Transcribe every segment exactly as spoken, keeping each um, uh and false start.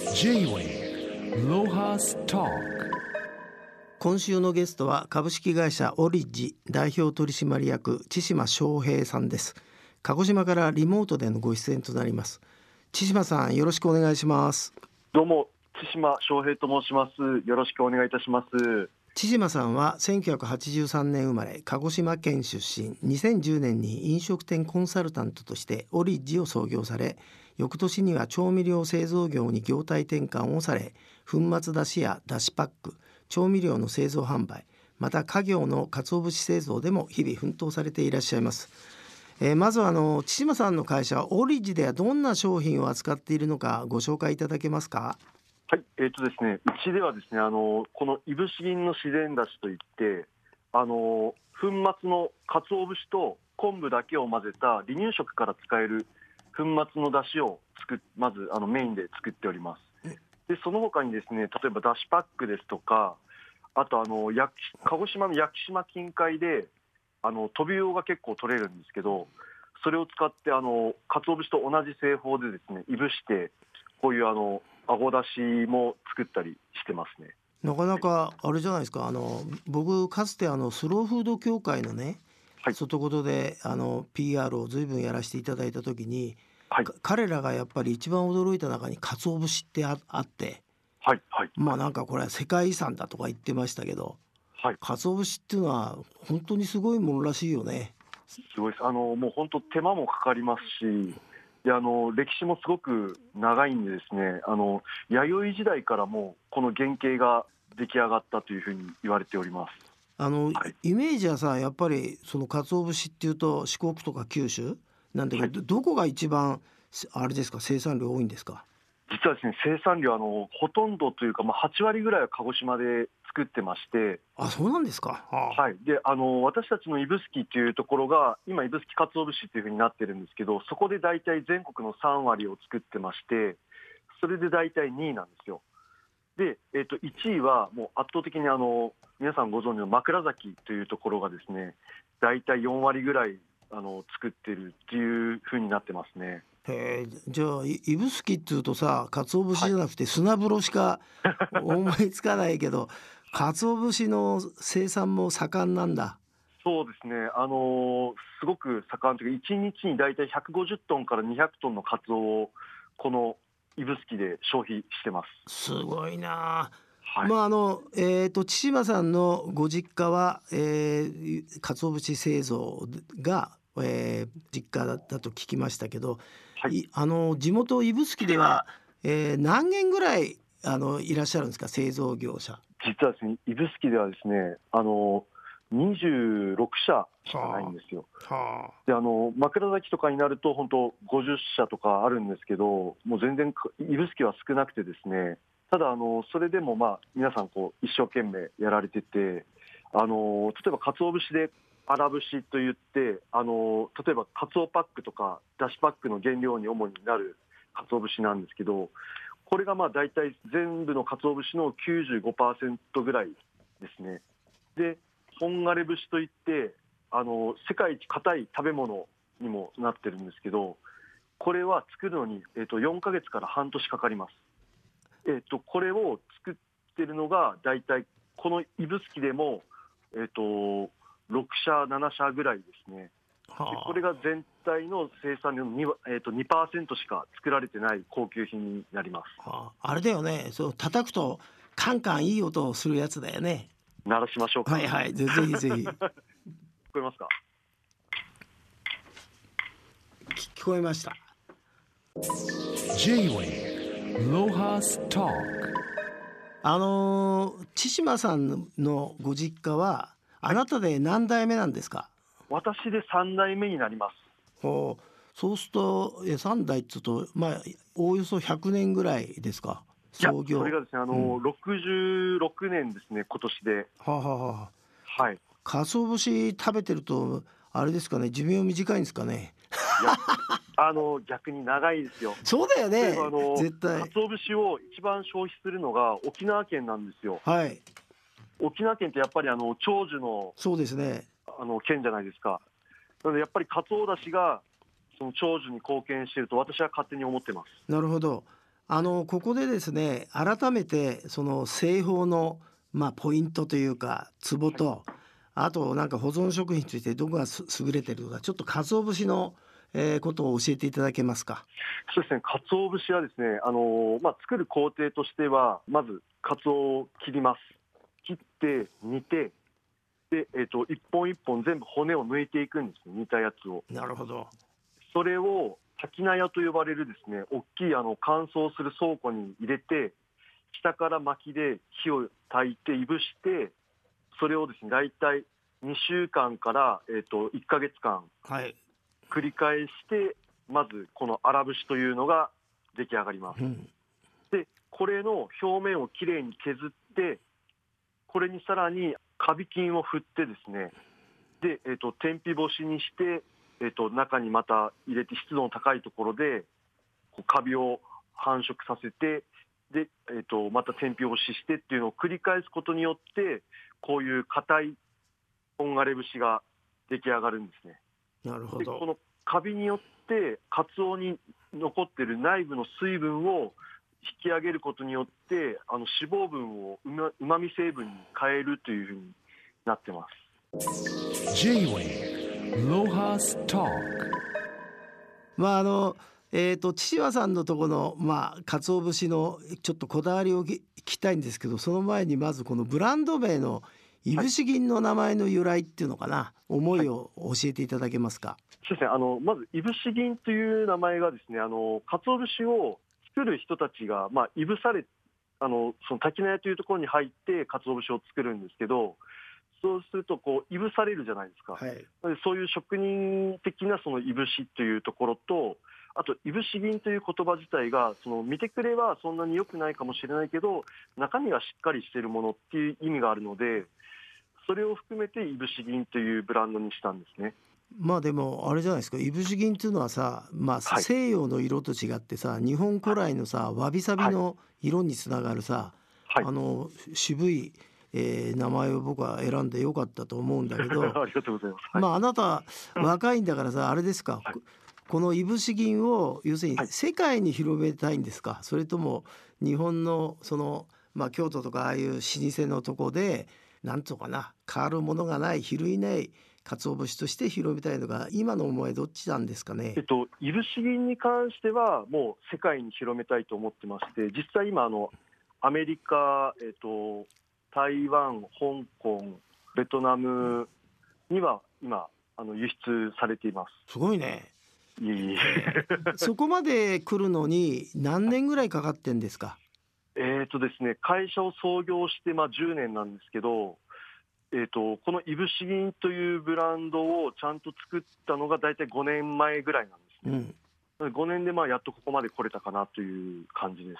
J-Way ロハストーク。 今週のゲストは株式会社オリッジ代表取締役千島翔平さんです。鹿児島からリモートでのご出演となります。千島さん、よろしくお願いします。 どうも、千島翔平と申します。よろしくお願いいたします。 千島さんはせんきゅうひゃくはちじゅうさんねん生まれ、鹿児島県出身。にせんじゅうねんに飲食店コンサルタントとしてオリッジを創業され、翌年には調味料製造業に業態転換をされ、粉末だしやだしパック、調味料の製造販売、また家業の鰹節製造でも日々奮闘されていらっしゃいます。えー、まずはあの千島さんの会社オリッジではどんな商品を扱っているのかご紹介いただけますか？ はい、えーとですね、うちではですね、あのこのいぶし銀の自然だしといって、あの粉末の鰹節と昆布だけを混ぜた離乳食から使える粉末のだしを作まずあのメインで作っております。でその他にですね、例えばだしパックですとか、あとあのや鹿児島の屋久島近海であのトビウオが結構取れるんですけど、それを使ってあの鰹節と同じ製法でですね、いぶしてこういうあのあごだしも作ったりしてますね。 なかなかあれじゃないですか。あの僕かつてあのスローフード協会のね、 はい、 外言であの ピーアール を随分やらせていただいた時に、 はい、 彼らがやっぱり一番驚いた中に鰹節って あ, あって、 はいはい、 まあなんかこれは世界遺産だとか言ってましたけど、 はい、 鰹節っていうのは本当にすごいものらしいよね。 すごいです。あのもう本当手間もかかりますし、であの歴史もすごく長いんでですね、あの弥生時代からもこの原型が出来上がったというふうに言われております。 あの、 はい、 イメージはさ、やっぱりその鰹節っていうと四国とか九州なんだけど、 はい、 どこが一番あれですか、生産量多いんですか？ 実はですね、生産量あのほとんどというか、まあ、はちわりぐらいは鹿児島で作ってまして、 あ、そうなんですか。はあ、 はい、であの私たちの指宿というところが今指宿鰹節というふうになってるんですけど、そこで大体全国のさんわりを作ってまして、それで大体にいなんですよ。で、えー、といちいはもう圧倒的にあの皆さんご存知の枕崎というところがですね、大体よんわりぐらいあの作ってるっていうふうになってますね。 へえ、じゃあい指宿っていうとさ、鰹節はいじゃなくて砂風呂しか思いつかないけど、鰹節の生産も盛んなんだ。 そうですね、あのーすごく盛んというか、いちにちに大体ひゃくごじゅっトンからにひゃくトンのカツオをこの指宿で消費してます。 すごいな。 はい、 まああのえー、と千島さんのご実家は、えー、鰹節製造が、えー実家だったと聞きましたけど、 はい、 いあの地元指宿では、えー何軒ぐらいあのいらっしゃるんですか、製造業者？ 実はですね、指宿ではですね、あのにじゅうろくしゃしかないんですよ。 はであの枕崎とかになると本当ごじゅっしゃとかあるんですけど、もう全然指宿は少なくてですね、ただあのそれでもまあ皆さんこう一生懸命やられてて、あの例えば鰹節で荒節といって、あの例えば鰹パックとかだしパックの原料に主になる鰹節なんですけど、これがまあ大体全部の鰹節の きゅうじゅうごパーセント ぐらいですね。で本枯節といってあの世界一硬い食べ物にもなってるんですけど、これは作るのに、えー、とよんかげつから半年かかります。えー、とこれを作ってるのが大体この指宿でも、えー、とろくしゃななしゃぐらいですね。 あ、はあ、 でこれが全体の生産量の に, えー、とにパーセントしか作られてない高級品になります。 はあ、あれだよね、そう叩くとカンカンいい音をするやつだよね。 鳴らしましょうか。 はいはい、ぜぜひぜひ。 聞こえますか？ 聞こえました。 J-Way ロハストーク。 あのー千島さんのご実家はあなたで何代目なんですか？ 私でさんだいめになります。 ほう、そうするとえさんだいっつうと、まあおおよそひゃくねんぐらいですか、 いや創業？ それがですね、あの、 うん、 ろくじゅうろくねんですね、今年で。 はあ、はあはあ、 はい。い鰹節食べてるとあれですかね、寿命短いんですかね？ やあの逆に長いですよ。 そうだよね、 例えばあの絶対。 鰹節を一番消費するのが沖縄県なんですよ。 はい、 沖縄県ってやっぱりあの長寿のそうですね。 あの県じゃないですか。なのでやっぱり鰹だしがその長寿に貢献していると私は勝手に思ってます。 なるほど。 あのここでですね、改めてその製法のまあポイントというかツボと、あとなんか保存食品についてどこがす優れてるのか、ちょっと鰹節の、えーことを教えていただけますか。 そうですね、鰹節はですね、あのまあ、作る工程としては、まず鰹を切ります。切って煮て、で、えー、と一本一本全部骨を抜いていくんですね、煮たやつを。 なるほど。 それを炊き菜屋と呼ばれるですね、大きいあの乾燥する倉庫に入れて、下から薪で火を焚いていぶして、それをですね、大体にしゅうかんから、えー、といっかげつかんはい。 繰り返して、まずこの荒節というのが出来上がります。 うん。 で、これの表面をきれいに削って、これにさらにカビ菌を振ってですね、で、えー、と天日干しにして、えー、と中にまた入れて湿度の高いところでこうカビを繁殖させて、で、えー、とまた天日干ししてっていうのを繰り返すことによって、こういう硬い本枯節が出来上がるんですね。 なるほど。 でこのカビによってカツオに残っている内部の水分を引き上げることによって、あの脂肪分をうま、うまみ成分に変えるというふうになってます。 J-Wave Lohas Talk。 まああのえー、と千島さんのところのまあ鰹節のちょっとこだわりを聞きたいんですけど、その前にまずこのブランド名のいぶし銀の名前の由来っていうのかな、思いを教えていただけますか。 そうですね、あのまずいぶし銀という名前がですね、あの鰹節を作る人たちが、まあ、いぶされあのその滝名屋というところに入って鰹節を作るんですけど、そうするとこういぶされるじゃないですか。 はい。 でそういう職人的なそのいぶしというところと、あといぶし銀という言葉自体が、その見てくれはそんなに良くないかもしれないけど、中身がしっかりしているものっていう意味があるので、それを含めていぶし銀というブランドにしたんですね。 まあでもあれじゃないですか、いぶし銀っていうのはさ、まあはい西洋の色と違ってさ、日本古来のさわびさびの色につながるさ、 はいあの渋い、えー名前を僕は選んでよかったと思うんだけどありがとうございます。はい、 まああなた若いんだからさ、あれですか、 はいここのいぶし銀を要するにはい世界に広めたいんですか、それとも日本のその、まあ、京都とかああいう老舗のとこでなんとかな、変わるものがない比類ない鰹節として広めたいのが、今の思いどっちなんですかね。 えっと、いぶし銀に関してはもう世界に広めたいと思ってまして、実際今あのアメリカ、えっと、台湾、香港、ベトナムには今あの輸出されています。 すごいね。 いえいえそこまで来るのに何年ぐらいかかってんですか。 えっとですね、会社を創業してまあじゅうねんなんですけど、えっと、このいぶし銀というブランドをちゃんと作ったのが大体ごねんまえぐらいなんですね。 うん。 ごねんでまあやっとここまで来れたかなという感じです。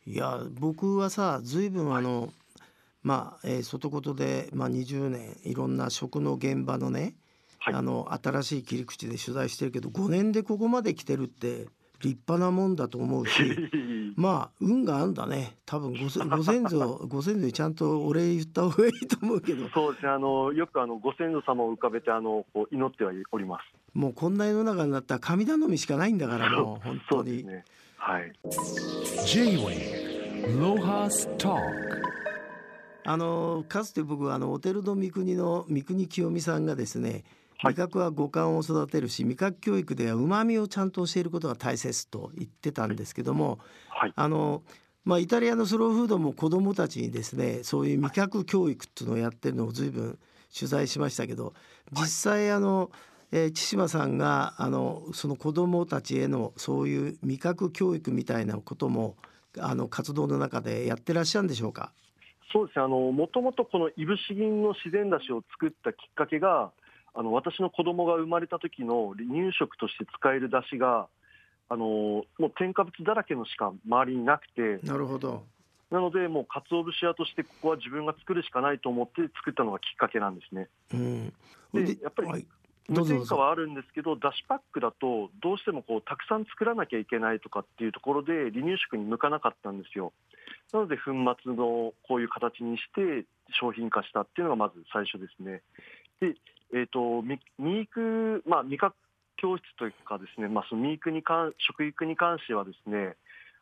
いや僕はさ、随分あの、まあ、えー外事で、まあ、にじゅうねんいろんな食の現場のね、 はいあの新しい切り口で取材してるけど、ごねんでここまで来てるって立派なもんだと思うしまあ運があるんだね。多分ごせご先祖ご先祖にちゃんとお礼言った方がいいと思うけど、 そうですね、あのよくあのご先祖様を浮かべてあのこう祈ってはおります。 もうこんな世の中になったら神頼みしかないんだから、もう本そ当に。 うですね。はい。 J-Wave Lohas Talk。 あのかつて僕はあのお寺の三国の三国清美さんがですね、 はい味覚は五感を育てるし、味覚教育ではうまみをちゃんと教えることが大切と言ってたんですけども、 はい。 あのまあ、イタリアのスローフードも子どもたちにですね、そういう味覚教育っていうのをやってるのを随分取材しましたけど、実際あの、えー千島さんがあのその子どもたちへのそういう味覚教育みたいなこともあの活動の中でやってらっしゃるんでしょうか。 そうですね、あのもともとこのいぶし銀の自然だしを作ったきっかけが、あの私の子供が生まれた時の離乳食として使えるだしが、あのもう添加物だらけのしか周りになくて、 なるほど。 なのでもう鰹節屋としてここは自分が作るしかないと思って作ったのがきっかけなんですね。 うん、 でやっぱりはい、どう無添加ぞどうぞ。 はあるんですけど、だしパックだとどうしてもこうたくさん作らなきゃいけないとかっていうところで離乳食に向かなかったんですよ。なので粉末のこういう形にして商品化したっていうのがまず最初ですね。で、えーと、み味育、まあ、味覚教室というかですね、まあ、その味育に関食育に関してはですね、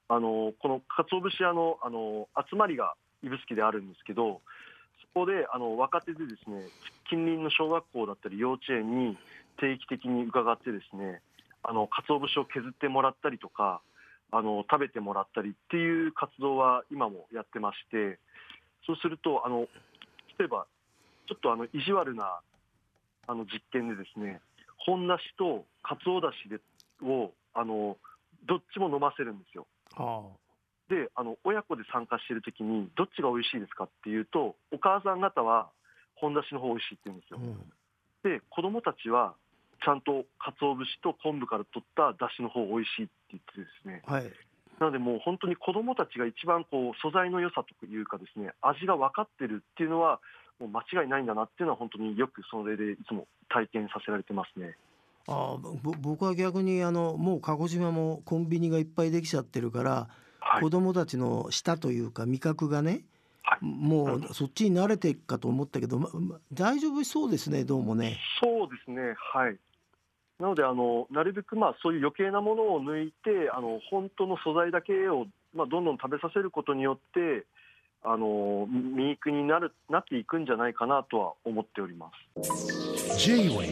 あのこの鰹節屋のあの集まりが指宿であるんですけど、そこであの若手でですね、近隣の小学校だったり幼稚園に定期的に伺ってですね、あの鰹節を削ってもらったりとか、あの食べてもらったりっていう活動は今もやってまして、そうするとあの例えばちょっとあの意地悪なあの実験でですね、本だしと鰹だしでをあのどっちも飲ませるんですよ。 はであの親子で参加しているときにどっちが美味しいですかっていうと、お母さん方は本だしの方が美味しいって言うんですよ。 あ、うん、 で子供たちはちゃんと鰹節と昆布から取っただしの方が美味しいって言ってですね、 はい。 なのでもう本当に子供たちが一番こう素材の良さというかですね、味が分かってるっていうのはもう間違いないんだなっていうのは本当によくそれでいつも体験させられてますね。 ああ、ぼ僕は逆にあのもう鹿児島もコンビニがいっぱいできちゃってるから、 はい子供たちの舌というか味覚がね、 はい、 もうそっちに慣れていくかと思ったけど、まま大丈夫そうですね、どうもね。 そうですね、はい。なのであのなるべくまあそういう余計なものを抜いて、あの本当の素材だけをまあどんどん食べさせることによってあの身肉になるなっていくんじゃないかなとは思っております。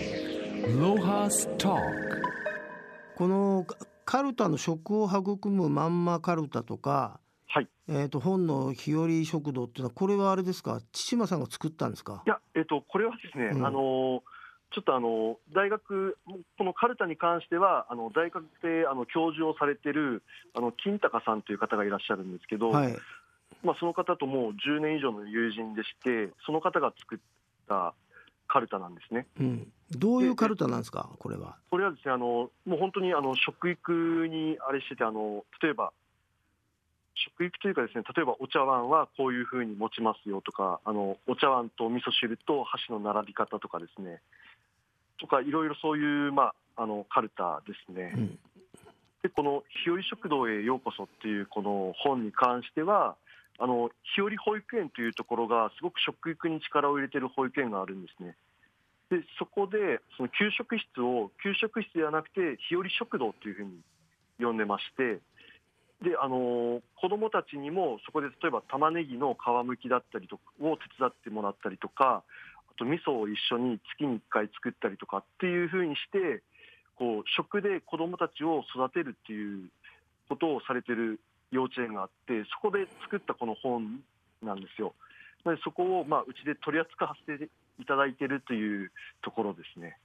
J-Wave Lohas Talk このかカルタの食を育むまんまカルタとか、 はい、 えー、と本の日和食堂っていうのはこれはあれですか、千島さんが作ったんですか？ いや、えっと、これはですね、 うんあのちょっとあの大学、このカルタに関してはあの大学であの教授をされてるあの金高さんという方がいらっしゃるんですけど、 はい。 まあ、その方ともうじゅうねん以上の友人でして、その方が作ったカルタなんですね。 うん、どういうカルタなんですか、これは？ これはですね、あのもう本当にあの食育にあれしてて、あの例えば食育というかですね、例えばお茶碗はこういうふうに持ちますよとか、あのお茶碗と味噌汁と箸の並び方とかですね、とかいろいろそういう、まあ、あのカルタですね。 うん、 でこの日和食堂へようこそっていうこの本に関しては、あの日和保育園というところがすごく食育に力を入れている保育園があるんですね。でそこでその給食室を給食室ではなくて日和食堂というふうに呼んでまして、であの子どもたちにもそこで例えば玉ねぎの皮むきだったりとかを手伝ってもらったりとか、あと味噌を一緒に月にいっかい作ったりとかっていうふうにして、こう食で子どもたちを育てるっていうことをされてる幼稚園があって、そこで作ったこの本なんですよ。でそこをまあうちで取り扱わせていただいているというところですね。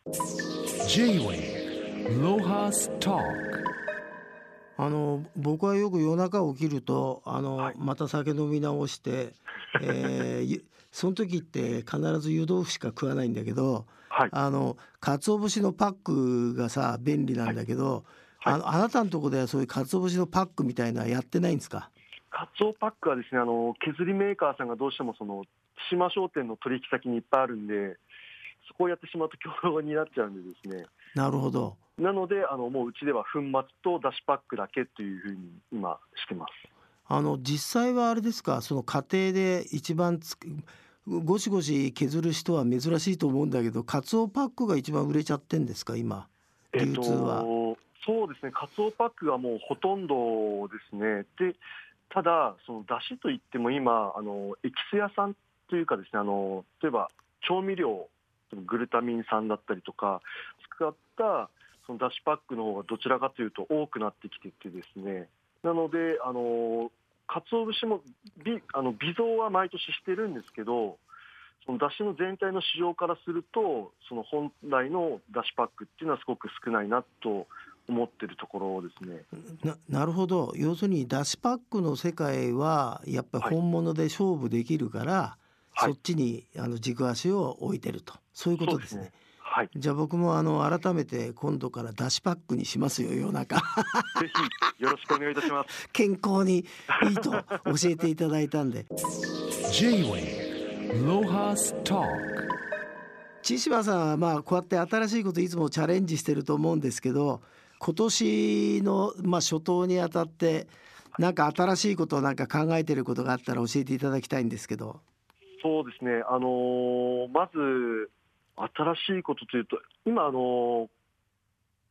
J-Wave Lohas Talk あの僕はよく夜中起きるとあのはいまた酒飲み直して、えーゆその時って必ず湯豆腐しか食わないんだけど、 はいあの鰹節のパックがさ便利なんだけど、 はい、 あのあなたのところではそういう鰹節のパックみたいなのやってないんですか？ カツオパックはですね、あの削りメーカーさんがどうしてもその対馬商店の取引先にいっぱいあるんで、そこをやってしまうと競合になっちゃうんでですね、 なるほど。 なのであのもううちでは粉末とだしパックだけというふうに今してます。 あの実際はあれですか、その家庭で一番つくゴシゴシ削る人は珍しいと思うんだけど、カツオパックが一番売れちゃってんですか今、 えっ流通は？ と、そうですね、カツオパックがもうほとんどですね。でただそのだしといっても今あのエキス屋さんというかですね、あの例えば調味料グルタミン酸だったりとか使ったそのだしパックの方がどちらかというと多くなってきててですね、なのであの鰹節もびあの微増は毎年してるんですけど、そのだしの全体の市場からするとその本来のだしパックっていうのはすごく少ないなと思ってるところですね。 ななるほど。要するにだしパックの世界はやっぱりはい本物で勝負できるから、 はいそっちにあの軸足を置いてると、そういうことですね。 そうですね。はい。 じゃあ僕もあの改めて今度からだしパックにしますよ、夜中。 ぜひよろしくお願いいたします。 健康にいいと教えていただいたんで。 J-Wave Lohas Talk 千島さんはまあこうやって新しいこといつもチャレンジしてると思うんですけど、今年のまあ初頭にあたってなんか新しいことをなんか考えてることがあったら教えていただきたいんですけど。 そうですね、あのーまず新しいことというと、今、あのー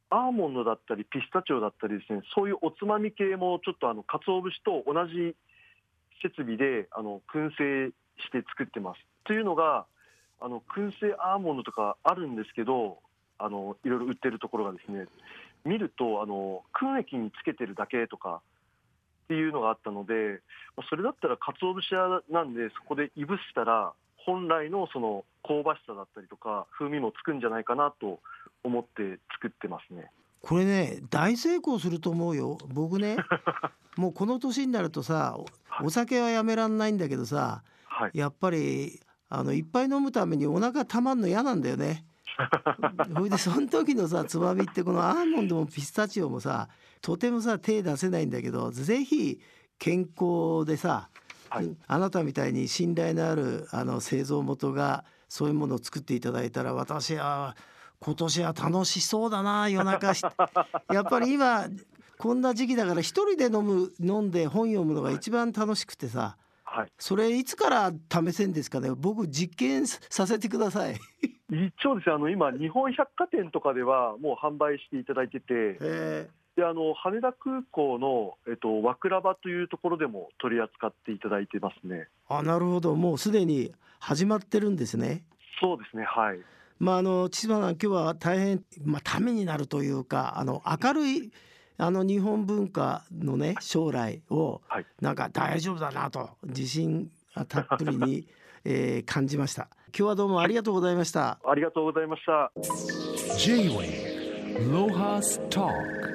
アーモンドだったりピスタチオだったりですね、そういうおつまみ系もちょっとあの鰹節と同じ設備であの燻製して作ってます。というのが、あの燻製アーモンドとかあるんですけど、あのいろいろ売ってるところがですね、見るとあの燻液につけてるだけとかっていうのがあったので、それだったら鰹節屋なんで、そこでいぶしたら本来のその香ばしさだったりとか風味もつくんじゃないかなと思って作ってますね。 これね大成功すると思うよ。僕ねもうこの年になるとさ、お酒はやめらんないんだけどさ、 はい、 やっぱりあのいっぱい飲むためにお腹たまんの嫌なんだよね。それでその時のさつまみってこのアーモンドもピスタチオもさ、とてもさ手出せないんだけど、ぜひ健康でさ、はい、あなたみたいに信頼のあるあの製造元がそういうものを作っていただいたら、私は今年は楽しそうだな。夜中しやっぱり今こんな時期だから一人で飲む飲んで本読むのが一番楽しくてさ、はい、それいつから試せんですかね。僕実験させてください。 一応ですね、あの今日本百貨店とかではもう販売していただいてて、であの羽田空港の、えっと、和倉場というところでも取り扱っていただいてますね。 あ、なるほど。もうすでに始まってるんですね。 そうですね、はい。 まああの千葉さん、今日は大変、まあ、ためになるというか、あの明るいあの日本文化のね将来をなんか大丈夫だなと自信たっぷりに、えー、感じました。今日はどうもありがとうございました。 ありがとうございました。 J-Way ロハストーク